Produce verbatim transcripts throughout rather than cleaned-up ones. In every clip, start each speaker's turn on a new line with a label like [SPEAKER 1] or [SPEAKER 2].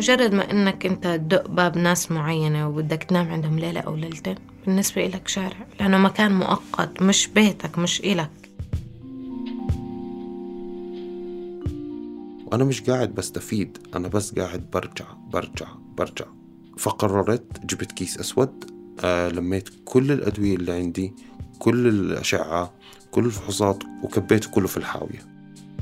[SPEAKER 1] مجرد ما إنك أنت تدق باب ناس معينة وبدك تنام عندهم ليلة أو ليلتين، بالنسبة إلك شارع، لأنه مكان مؤقت، مش بيتك، مش إلك.
[SPEAKER 2] وأنا مش قاعد بستفيد، أنا بس قاعد برجع برجع برجع. فقررت جبت كيس أسود، آه لميت كل الأدوية اللي عندي، كل الأشعة، كل الفحوصات، وكبيته كله في الحاوية.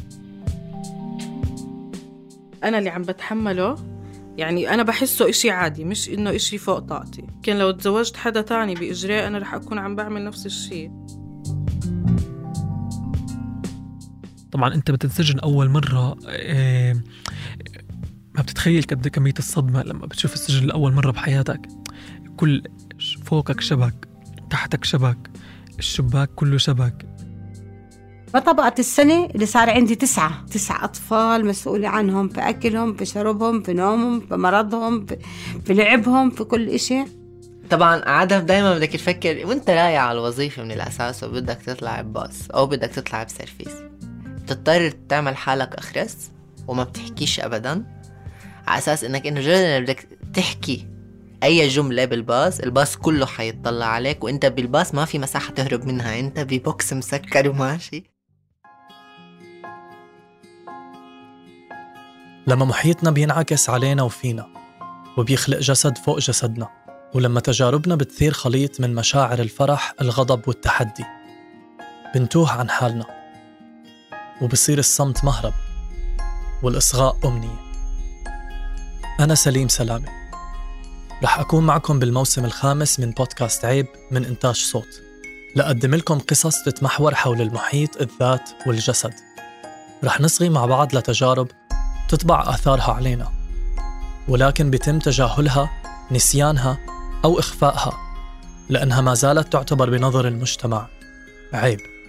[SPEAKER 3] أنا اللي عم بتحمله، يعني أنا بحسه إشي عادي، مش إنه إشي فوق طاقتي. كان لو تزوجت حدا تاني بإجراء أنا رح أكون عم بعمل نفس الشيء.
[SPEAKER 4] طبعا أنت بتنسجن أول مرة، إيه ما بتتخيل قد كمية الصدمة لما بتشوف السجن لأول مرة بحياتك. كل فوقك شبك، تحتك شبك، الشباك كله شبك.
[SPEAKER 5] فطبقت السنة اللي صار عندي تسعة تسعة أطفال مسؤولة عنهم، في أكلهم، في شربهم، في نومهم، في مرضهم، في, في لعبهم، في كل إشي.
[SPEAKER 6] طبعا عادة دايما بدك تفكر وانت رايح على الوظيفة من الأساس وبدك تطلع بباص أو بدك تطلع بسيرفيس، بتضطر تعمل حالك أخرس وما بتحكيش أبدا، على أساس إنك إنه جرد بدك تحكي أي جملة بالباص الباص كله حيطلع عليك، وإنت بالباص ما في مساحة تهرب منها، إنت ببوكس مسكر وماشي.
[SPEAKER 7] لما محيطنا بينعكس علينا وفينا وبيخلق جسد فوق جسدنا، ولما تجاربنا بتثير خليط من مشاعر الفرح، الغضب والتحدي، بنتوه عن حالنا وبصير الصمت مهرب والإصغاء أمنية. أنا سليم سلامة، رح أكون معكم بالموسم الخامس من بودكاست عيب من إنتاج صوت، لأقدم لكم قصص تتمحور حول المحيط، الذات والجسد. رح نصغي مع بعض لتجارب تطبع آثارها علينا، ولكن بيتم تجاهلها، نسيانها أو إخفائها، لأنها ما زالت تعتبر بنظر المجتمع عيب.